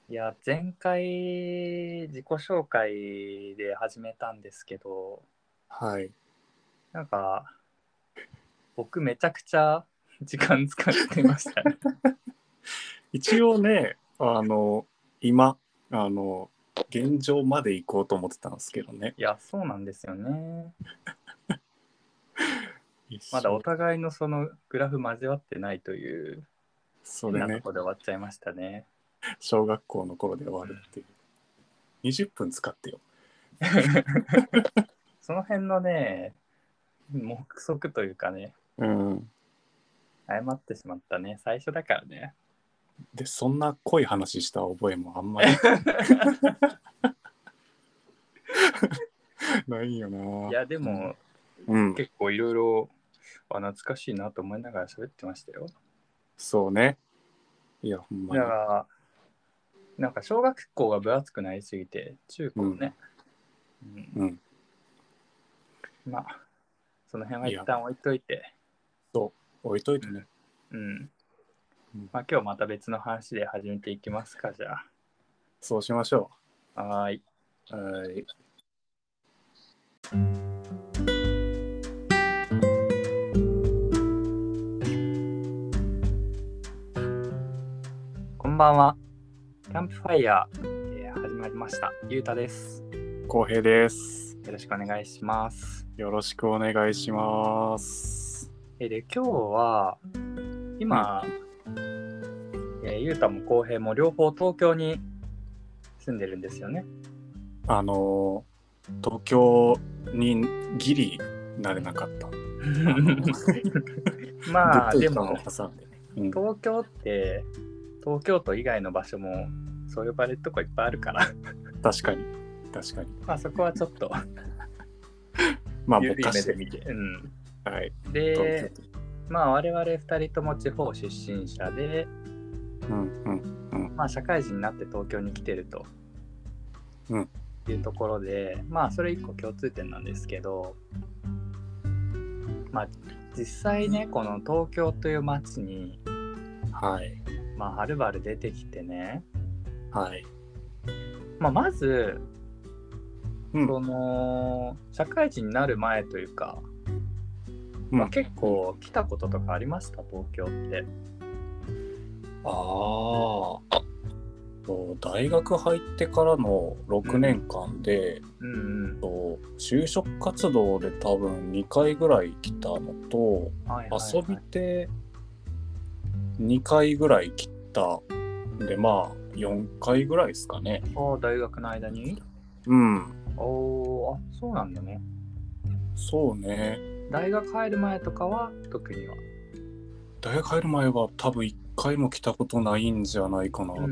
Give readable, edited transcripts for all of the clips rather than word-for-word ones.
いや、前回自己紹介で始めたんですけど、 はい。 なんか僕めちゃくちゃ時間使ってましたね。 一応ね、今、現状まで行こうと思ってたんですけどね。 いや、そうなんですよね。 一まだお緒。 互いのそのグラフ交わってないという変なとそれね、 ころで終わっちゃいましたね。 小学校の頃で終わるっていう。20分使ってよ。 その辺のね、目測というかね、 うん。 誤ってしまったね。最初だからね。 で、そんな濃い話した覚えもあんまりないよな。 いや、でも、 うん。 結構いろいろ懐かしいなと思いながら喋ってましたよ。 そうね。いや、ほんまに。 だから、なんか小学校が分厚くなりすぎて、中うん。 高ね。 うん。 まあ、その辺はいや、 一旦置いといて。 そう。置いといてね。 うん。 うん、 まあ、今日また別の話で始めていきますか、じゃそうしましょあ。はーい。 う。はい。 こんばんは。キャンプファイヤー、始まりました。ゆうたです。 浩平です。 よろしくお願いします。 よろしくお願いします。 で、今日は、今、ゆうたもこうへいも両方東京に住んでるんですよね。 東京にギリなれなかった。 まあ、でも、 挟んでね。 東京って東京都以外の場所もそう呼ばれるとこいっぱいあるから確かに。確かに。 まあそこはちょっとまあ、 緩い目ぼかしてで見て、 はい。 で、まあ我々2人とも地方出身者で、まあ社会人になって東京に来てるというところで、まあそれ一個共通点なんですけど、まあ実際ね、この東京という街に、 はい。 まあはるばる出てきてね、 はい。 まあまず、その社会人になる前というか、まあ、結構来たこととかありました、東京って。 大学入ってからの6年間で、就職活動で多分2回ぐらい来たのと、遊びで2回ぐらい来たんで、まあ4回ぐらいですかね。 大学の間に？そうなんだね。 そうね。 大学入る前とかは特には？ 大学入る前は多分1回も来たことないんじゃないかなと思う。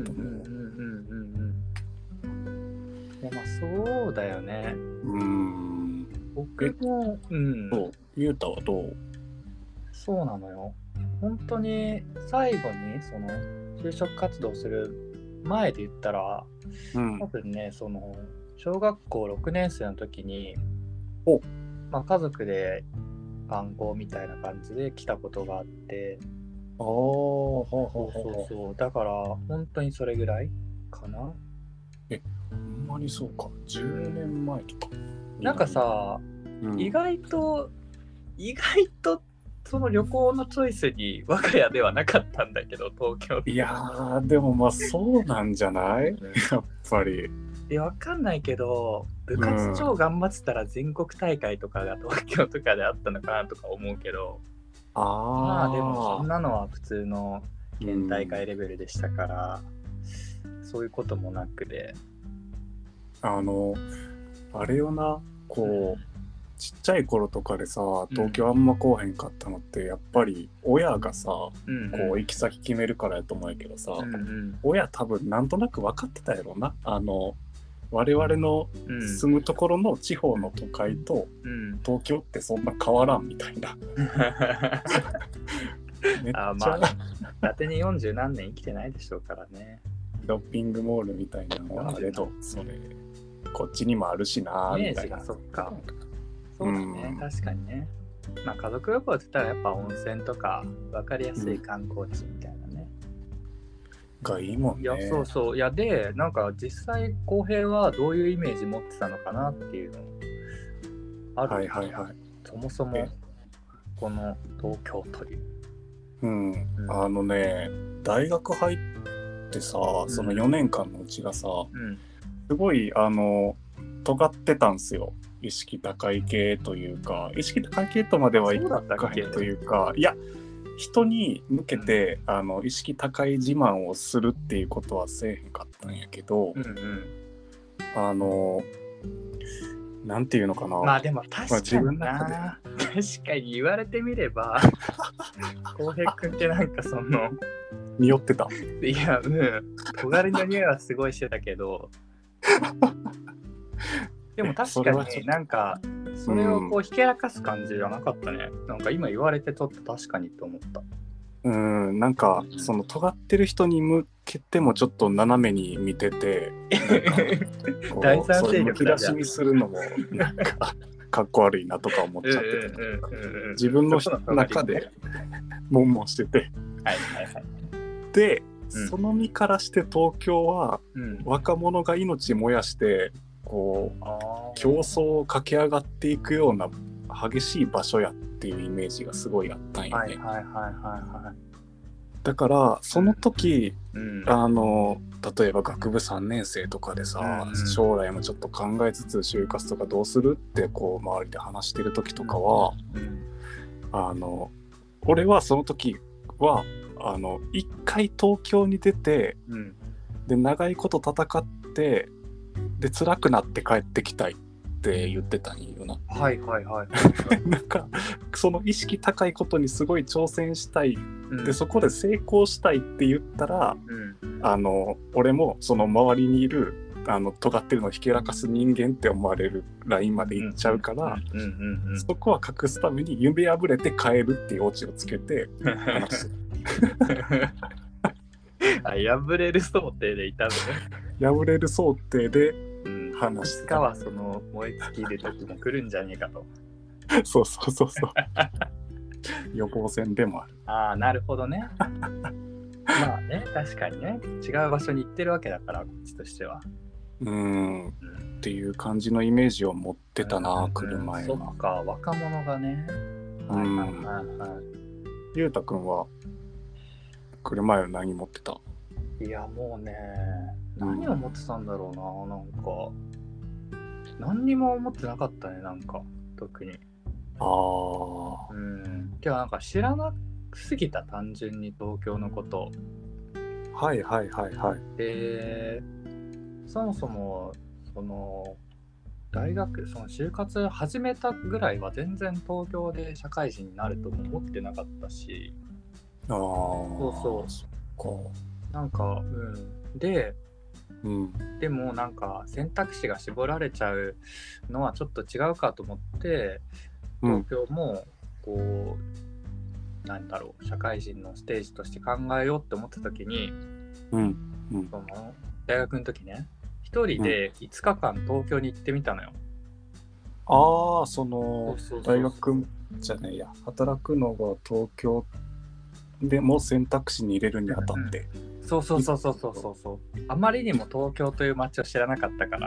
いや、まあそうだよね。僕も、 そう、ゆうたはどう？ そうなのよ。本当に最後にその就職活動する前で言ったら、多分ね、その小学校6年生の時に、まあ、家族で観光みたいな感じで来たことがあって、だから本当にそれぐらいかな。 ほんまにそうか。10年前とか。 なんかさ、意外とその旅行のチョイスに我が家ではなかったんだけど、東京って。 いやー、でもまあそうなんじゃない？やっぱり。 わかんないけど、部活超頑張ってたら全国大会とかが東京とかであったのかなとか思うけど、まあでもそんなのは普通の県大会レベルでしたから、そういうこともなくで。 あれよな、こう、ちっちゃい頃とかでさ、東京あんま来へんかったのって、やっぱり親がさ、こう行き先決めるからやと思うんやけどさ、親多分なんとなく分かってたやろな。我々の住むところの地方の都会と東京ってそんな変わらんみたいな。めっちゃまあ、伊達に40何年生きてないでしょうからね。 ショッピングモールみたいなのはあれど、それこっちにもあるしなみたいな。 そっか。そうだね、確かにね。まあ家族旅行って言ったらやっぱ温泉とか分かりやすい観光地みたいなね。 がいいもんね。 いや、そうそう。いや、で、なんか実際、浩平はどういうイメージ持ってたのかなっていうのある。 はいはいはい。 そもそも、この東京という。 大学入ってさ、その4年間のうちがさ、すごい尖ってたんすよ。意識高い系というか、意識高い系とまではいかへんというか、いや、人に向けて、意識高い自慢をするっていうことはせえへんかったんやけど、なんていうのかな。 まあでも確かにな、確かに言われてみれば浩平君ってなんかその匂ってた。 いや、尖りの匂いはすごいしてたけどでも確かになんかそれをこうひけらかす感じじゃなかったね。なんか今言われてちょっと確かにと思った。 なんかその尖ってる人に向けてもちょっと斜めに見てて第三勢力だじゃん。 むき出しにするのもなんかかっこ悪いなとか思っちゃってて、自分の中で悶々してて、で、その身からして東京は若者が命燃やしてこう競争を駆け上がっていくような激しい場所やっていうイメージがすごいあったんよね。だからその時、例えば学部3年生とかでさ、将来もちょっと考えつつ就活とかどうするってこう周りで話してる時とかは、俺はその時は一回東京に出て、で長いこと戦ってで辛くなって帰ってきたいって言ってたんよな。なんかその意識高いことにすごい挑戦したい、でそこで成功したいって言ったら、俺もその周りにいる尖ってるのをひけらかす人間って思われるラインまで行っちゃうから、そこは隠すために夢破れて帰るっていうオチをつけて話して破れる想定でいたのね。 破れる想定で話してた。 いつかはその燃え尽きる時も来るんじゃねえかと。 そう予防線でもある。 なるほどね。まあね、確かにね、違う場所に行ってるわけだからこっちとしてはっていう感じのイメージを持ってたな、来る前は。 そっか、若者がね。 ゆうたくんは来る前は何持ってた？ いやもうね、何を持ってたんだろうな、なんか何にも思ってなかったね、なんか特に。ではなんか知らなすぎた、単純に東京のこと。で、そもそもその大学、その就活始めたぐらいは全然東京で社会人になるとも思ってなかったし。なんかで、でもなんか選択肢が絞られちゃうのはちょっと違うかと思って、東京もこうなんだろう、社会人のステージとして考えようって思った時に、その大学の時ね、一人で5日間東京に行ってみたのよ。 その大学じゃねえや、働くのが東京でも選択肢に入れるにあたって、あまりにも東京という街を知らなかったから、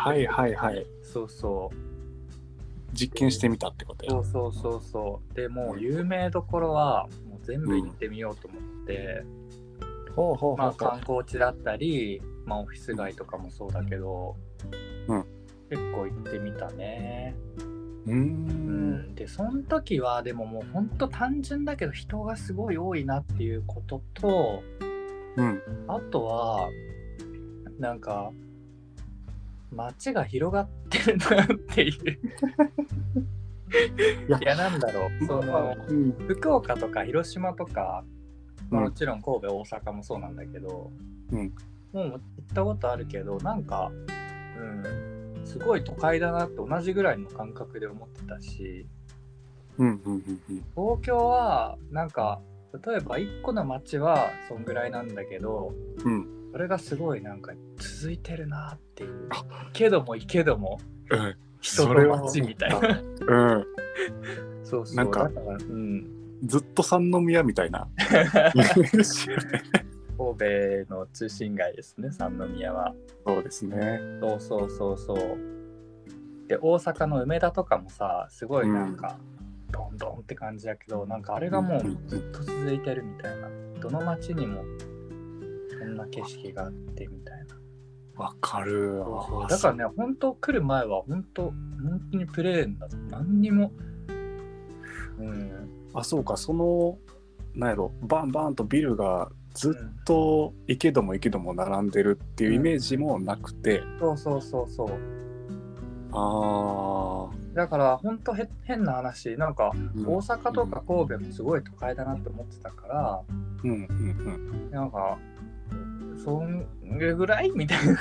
実験してみたってことや。 でもう有名どころはもう全部行ってみようと思って、観光地だったり、オフィス街とかもそうだけど、結構行ってみたね。でその時はでももうほんと単純だけど人がすごい多いなっていうことと、あとはなんか街が広がってるなっていういやなんだろう、その、福岡とか広島とか、もちろん神戸大阪もそうなんだけど、もう行ったことあるけど、なんかすごい都会だなって同じぐらいの感覚で思ってたし、東京はなんか例えば1個の街はそんぐらいなんだけど、それがすごいなんか続いてるなっていう、けども人の街みたいななんかずっと三宮みたいな神戸の中心街ですね、三宮は。 そうですね。 そう。で、大阪の梅田とかもさ、すごいなんか、どんどんって感じだけど、なんかあれがもうずっと続いてるみたいな。どの街にもそんな景色があってみたいな。 わかる。 そうだからね、本当来る前は本当にプレーンだと何にも。 そうか、そのなんやろ、バンバンとビルがずっと行けども並んでるっていうイメージもなくて、 そうだから本当変な話、なんか大阪とか神戸もすごい都会だなって思ってたから、なんかそれぐらいみたいな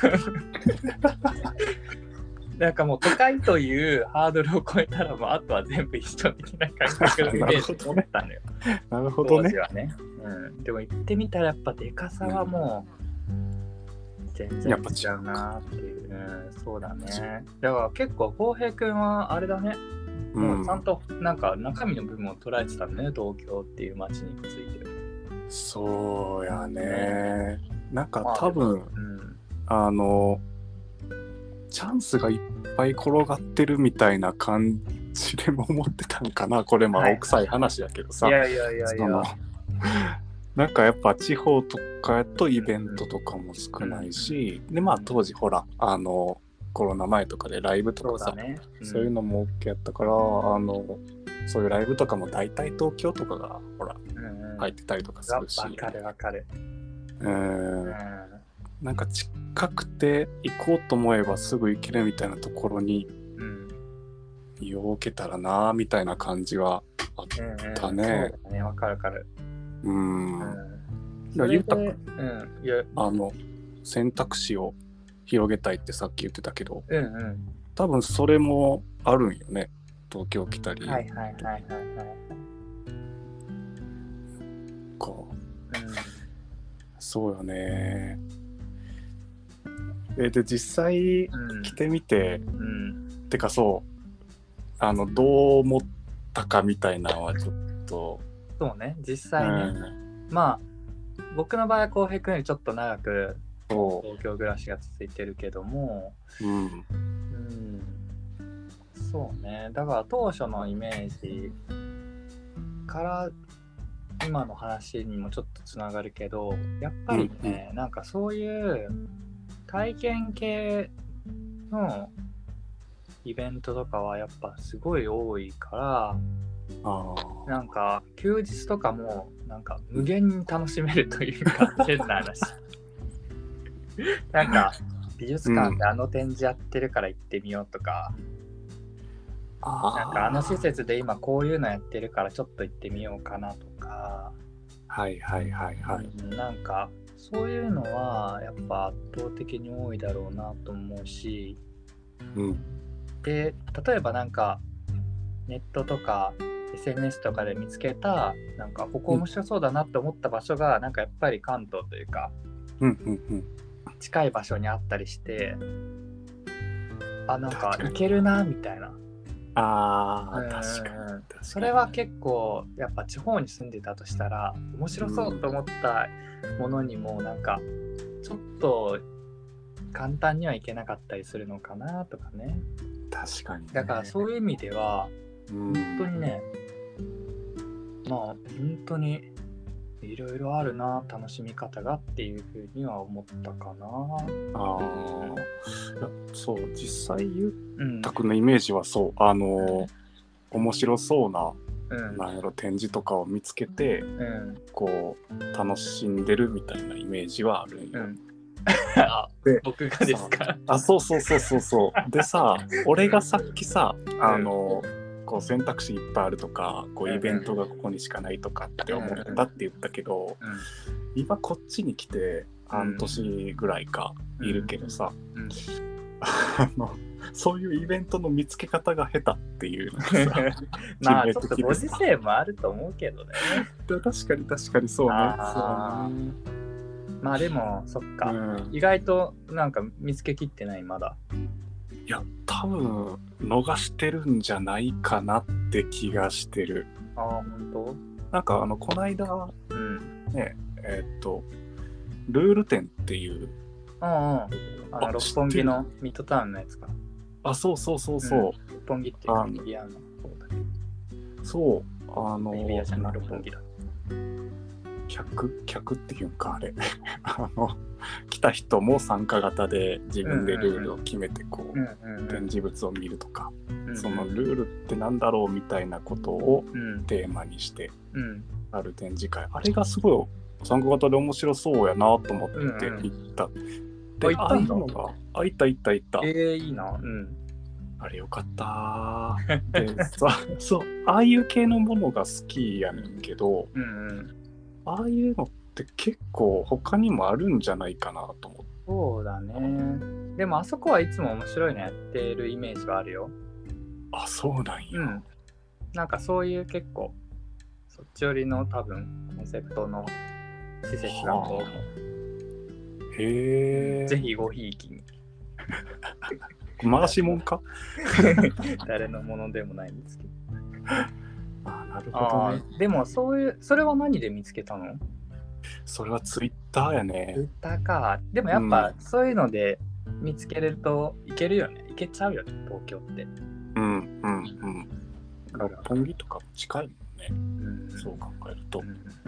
なんかもう都会というハードルを超えたらもうあとは全部一緒的な感覚のイメージを持ったのよ。 なるほどね。 当時はね、でも行ってみたらやっぱでかさはもう全然違うなっていう、そうだね。だから結構浩平君はあれだね、もうちゃんとなんか中身の部分を捉えてたね、東京っていう街について。 そうやね。なんか多分、チャンスがいっぱい転がってるみたいな感じでも思ってたんかな。これ青臭い話やけどさ。 いやなんかやっぱ地方とかやとイベントとかも少ないし、で当時ほらコロナ前とかでライブとかさ、そういうのも OK やったから、そういうライブとかも大体東京とかがほら、入ってたりとかするし。 わかる。 なんか近くて行こうと思えばすぐ行けるみたいなところによけたらなみたいな感じはあったね。 そうだね、わかる。 ゆうたく選択肢を広げたいってさっき言ってたけど、多分それもあるんよね、東京来たり。そうよね。で実際来てみて、てかどう思ったかみたいなのはちょっと。 そうね、実際ね、僕の場合は浩平君よりちょっと長く東京暮らしが続いてるけども、そうね、だから当初のイメージから今の話にもちょっとつながるけど、やっぱりね、なんかそういう体験系のイベントとかはやっぱすごい多いから、なんか休日とかもなんか無限に楽しめるというか変な話なんか美術館で展示やってるから行ってみようとか、なんか施設で今こういうのやってるからちょっと行ってみようかなとか、なんかそういうのはやっぱ圧倒的に多いだろうなと思うし、で例えばなんかネットとか SNS とかで見つけたなんかここ面白そうだなって思った場所がなんかやっぱり関東というか、近い場所にあったりして、なんか行けるなみたいな。 確かにそれは結構やっぱ地方に住んでたとしたら面白そうと思ったものにもなんかちょっと簡単には行けなかったりするのかなとかね。 確かに、 だからそういう意味では本当にね、本当にいろいろあるな、楽しみ方がっていうふうには思ったかな。 そう、実際ゆったくのイメージはそう、面白そうな、なんやろ、展示とかを見つけて、こう楽しんでるみたいなイメージはあるんよ。 で僕がですか？ そうでさ、俺がさっきさ、こう選択肢いっぱいあるとか、こうイベントがここにしかないとかって思ったって言ったけど、今こっちに来て半年ぐらいかいるけどさ、そういうイベントの見つけ方が下手っていうのがさちょっとご時世もあると思うけどね。 確かにそうね。 でもそっか、意外となんか見つけきってないまだ。 いや多分逃してるんじゃないかなって気がしてる。 本当？ なんかこの間、ねルール店っていう。 六本木のミッドタウンのやつか。 あ、そう。六本木っていうか、日比谷の方だけど。 そう、 日比谷じゃない、六本木だ。 客っていうんか、あれ。来た人も参加型で自分でルールを決めて展示物を見るとか、そのルールってなんだろうみたいなことをテーマにしてある展示会、あれがすごい参加型で面白そうやなと思って行った。で、ああいうのが行った。 いいな。 あれよかったでそう、ああいう系のものが好きやねんけど、ああいうのって結構他にもあるんじゃないかなと思って。 そうだね。でもあそこはいつも面白いのやってるイメージはあるよ。 あ、そうなんや。 なんかそういう結構そっち寄りの多分コンセプトの施設だと思う。 へえ。 ぜひごひいきに。 回しもんか誰のものでもないんですけど。 なるほどね。 でもそれは何で見つけたの？ それはツイッターやね。 ツイッターか。でもやっぱそういうので見つけれるといけるよね。いけちゃうよね、東京って。 六本木とか近いもんね。そう考えると。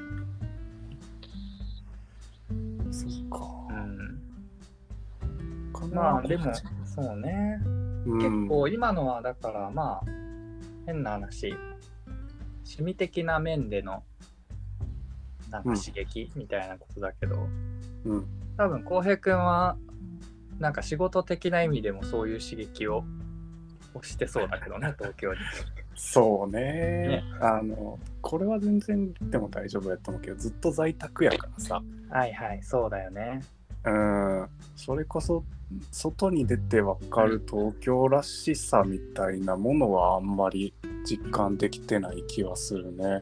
そっか。 まあでもそうね。結構今のはだからまあ変な話、趣味的な面でのなんか刺激みたいなことだけど、多分浩平くんはなんか仕事的な意味でもそういう刺激を欲してそうだけどね、東京に。 そうね。これは全然でも大丈夫やと思うけど、ずっと在宅やからさ。 はいはい、そうだよね。 それこそ外に出てわかる東京らしさみたいなものはあんまり実感できてない気はするね。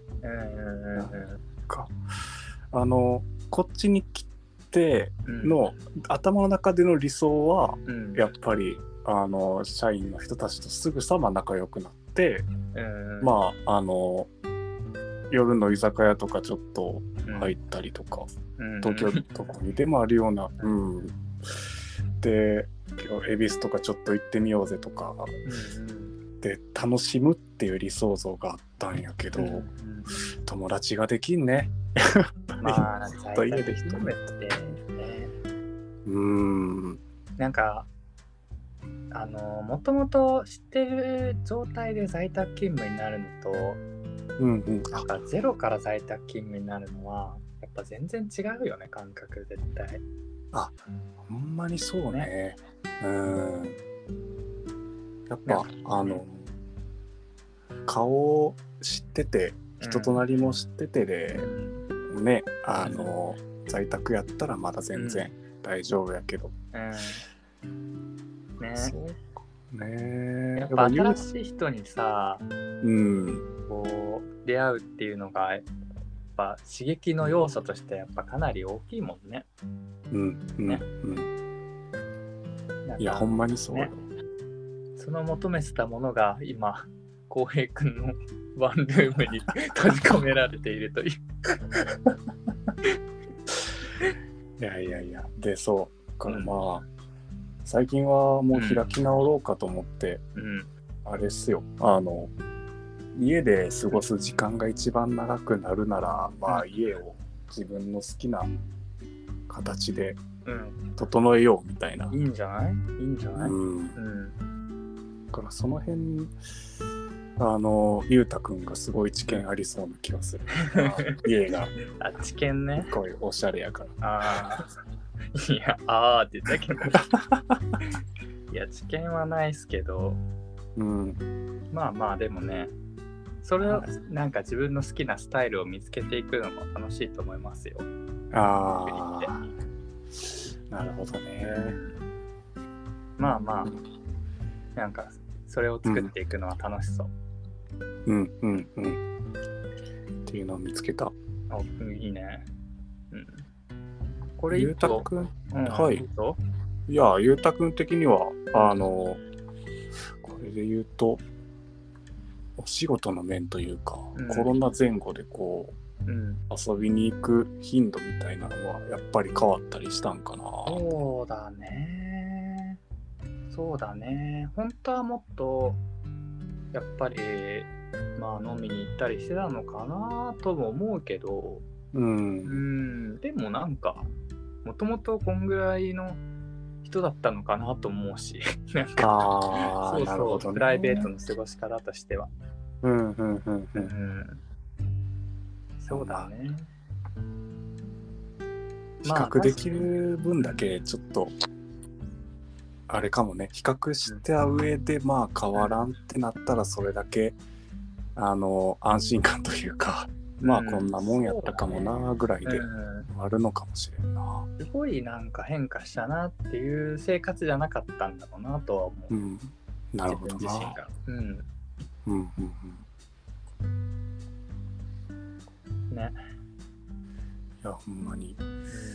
こっちに来ての、頭の中での理想は、やっぱり社員の人たちとすぐさま仲良くなって、夜の居酒屋とかちょっと入ったりとか、東京とかにでもあるような、で恵比寿とかちょっと行ってみようぜとか、で楽しむっていう理想像があったんやけど、友達ができんね。 まあずっと家で一人で。 なんかもともと知ってる状態で在宅勤務になるのと、なんかゼロから在宅勤務になるのはやっぱ全然違うよね、感覚絶対。 ほんまにそうね。やっぱ顔を知ってて、人となりも知っててで、ね、在宅やったらまだ全然大丈夫やけど。そうね。 やっぱ新しい人にさ、こう出会うっていうのがやっぱ刺激の要素としてやっぱかなり大きいもんね。 いやほんまにそうよ。 その求めてたものが今浩平くんのワンルームに閉じ込められているという。 いやでそうから最近はもう開き直ろうかと思って、あれっすよ、家で過ごす時間が一番長くなるなら、家を自分の好きな形で整えようみたいな。 いいんじゃない？ だからその辺ゆうたくんがすごい知見ありそうな気がする。家が知見ね。 こういうおしゃれやから。 いやって言ったけどいや知見はないっすけど、まあでもね、それをなんか自分の好きなスタイルを見つけていくのも楽しいと思いますよ。 なるほどね。 なんかそれを作っていくのは楽しそう。 っていうのを見つけた。 いいね。これゆうたくん、いやゆうたくん的にはこれで言うとお仕事の面というか、コロナ前後でこう遊びに行く頻度みたいなのはやっぱり変わったりしたんかな。 そうだね。そうだね。本当はもっとやっぱりまあ飲みに行ったりしてたのかなとも思うけど、でもなんかもともとこんぐらいの人だったのかなと思うし、なんかそうそう、ね、プライベートの過ごし方としては。そうだね。 比較できる分だけちょっとあれかもね。比較した上でまあ変わらんってなったらそれだけ安心感というか、まあこんなもんやったかもなぐらいであるのかもしれんな。 すごいなんか変化したなっていう生活じゃなかったんだろうなとは思う。 なるほどな。 自分自身が。ね。 いやほんまに。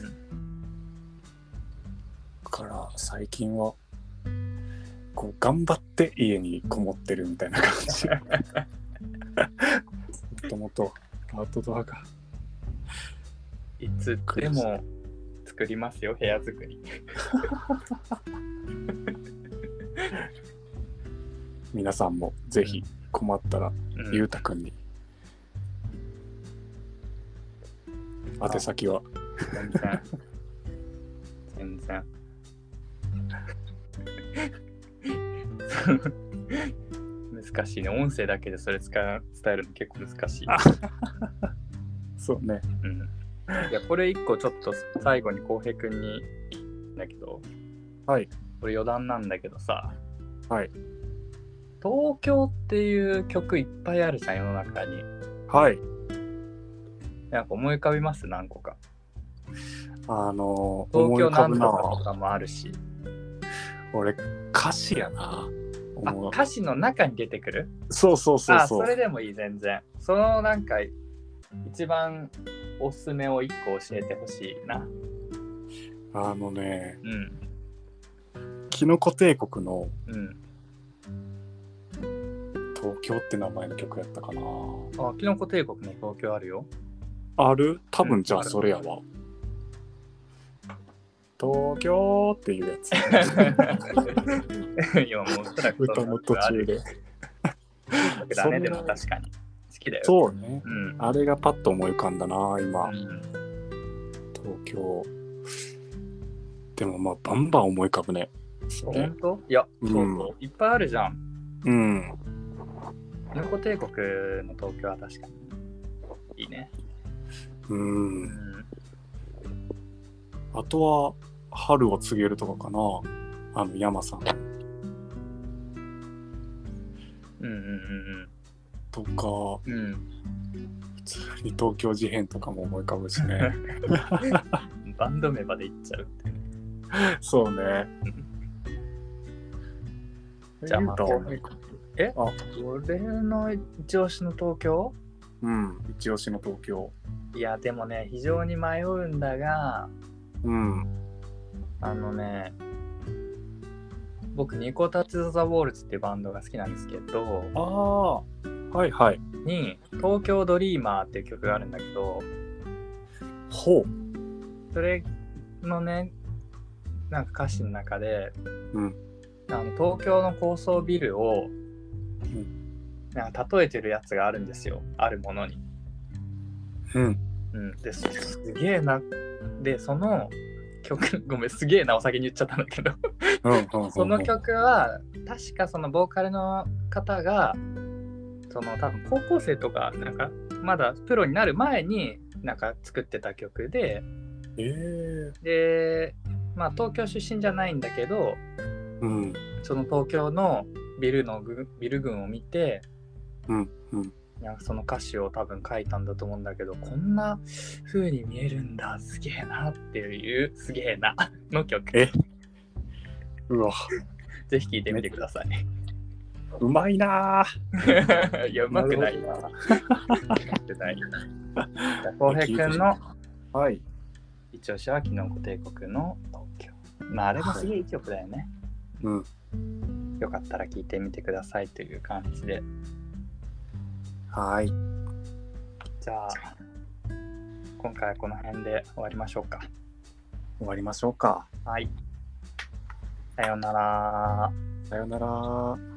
だから最近はこう頑張って家にこもってるみたいな感じ。もともとアウトドアがいつでも作りますよ、部屋作り。 皆さんもぜひ困ったら、ゆうたくんに宛先は全然難しいね。音声だけでそれ伝えるの結構難しい。 そうね。 いやこれ一個ちょっと最後に浩平くんにだけど、 はい。 これ余談なんだけどさ、 はい。 東京っていう曲いっぱいあるじゃん世の中に。 はい。 なんか思い浮かびます？何個か。東京なんとかとかもあるし。 俺歌詞やな。 歌詞の中に出てくる？ そうそう。 それでもいい、全然。そのなんか一番おすすめを一個教えてほしいな。 キノコ帝国の、東京って名前の曲やったかな。 キノコ帝国の東京あるよ。 ある？多分じゃあそれやわ。東京っていうやつ。 今もうおそらく歌の途中で。 だね、でも確かに。好きだよ。 そうね。あれがパッと思い浮かんだな、今。東京。でもまあ、バンバン思い浮かぶね。 本当？いや、そう。いっぱいあるじゃん。キノコ帝国の東京は確かにいいね。 あとは春を告げるとかかな、山さんとか、普通に東京事変とかも思い浮かぶしね。 バンド名までいっちゃうって。 そうね。 じゃあ俺の一押しの東京？ 一押しの東京。 いやでもね、非常に迷うんだが、僕ニコタッチ・ザ・ウォールズっていうバンドが好きなんですけど、 はいはい。 に東京ドリーマーっていう曲があるんだけど、それのね、なんか歌詞の中で、東京の高層ビルを、なんか例えてるやつがあるんですよ、あるものに。ですげえな。でその曲、ごめん、すげえなお先に言っちゃったんだけどその曲は確かそのボーカルの方がその多分高校生とかなんかまだプロになる前になんか作ってた曲で、でまあ東京出身じゃないんだけど、その東京のビル群を見て、なんかその歌詞を多分書いたんだと思うんだけど、こんな風に見えるんだ、すげえなっていうすげえなの曲。 うわ。 ぜひ聴いてみてください。 うまいなぁ。いや、うまくないな。浩平くんの一押しはキノコ帝国の東京。まああれもすげえいい曲だよね。よかったら聴いてみてくださいという感じで。 はい。 じゃあ今回はこの辺で終わりましょうか。 終わりましょうか。 はい。さようなら。 さようなら。